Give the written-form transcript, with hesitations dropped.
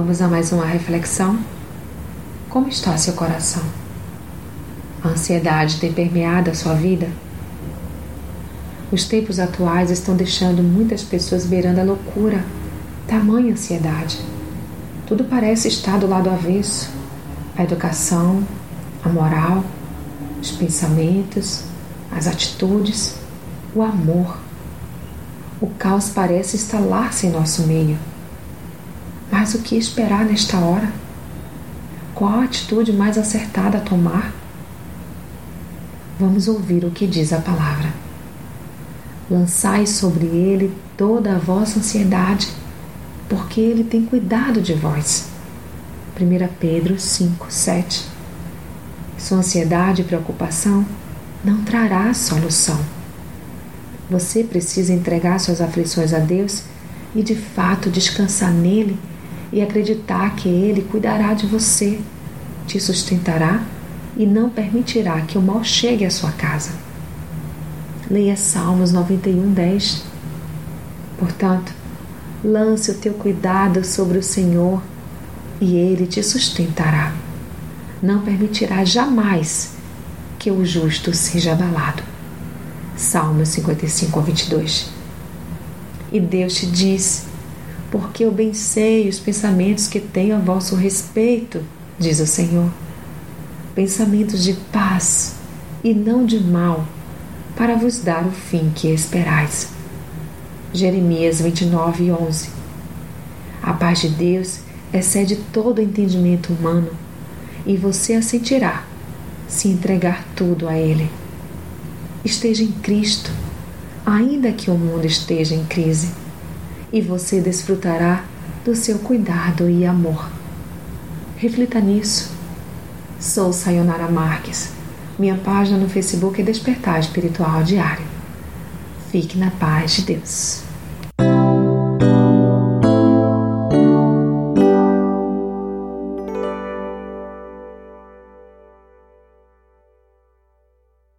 Vamos a mais uma reflexão? Como está seu coração? A ansiedade tem permeado a sua vida? Os tempos atuais estão deixando muitas pessoas beirando a loucura, tamanha ansiedade. Tudo parece estar do lado avesso. A educação, a moral, os pensamentos, as atitudes, o amor. O caos parece instalar-se em nosso meio. Mas o que esperar nesta hora? Qual a atitude mais acertada a tomar? Vamos ouvir o que diz a palavra. Lançai sobre ele toda a vossa ansiedade, porque ele tem cuidado de vós. 1 Pedro 5:7. Sua ansiedade e preocupação não trará solução. Você precisa entregar suas aflições a Deus e de fato descansar nele e acreditar que ele cuidará de você, te sustentará e não permitirá que o mal chegue à sua casa. Leia Salmos 91:10. Portanto, lance o teu cuidado sobre o Senhor e ele te sustentará. Não permitirá jamais que o justo seja abalado. Salmos 55:22. E Deus te diz: porque eu bem sei os pensamentos que tenho a vosso respeito, diz o Senhor, pensamentos de paz e não de mal, para vos dar o fim que esperais. Jeremias 29:11. A paz de Deus excede todo o entendimento humano e você a sentirá se entregar tudo a Ele. Esteja em Cristo, ainda que o mundo esteja em crise, e você desfrutará do seu cuidado e amor. Reflita nisso. Sou Sayonara Marques. Minha página no Facebook é Despertar Espiritual Diário. Fique na paz de Deus.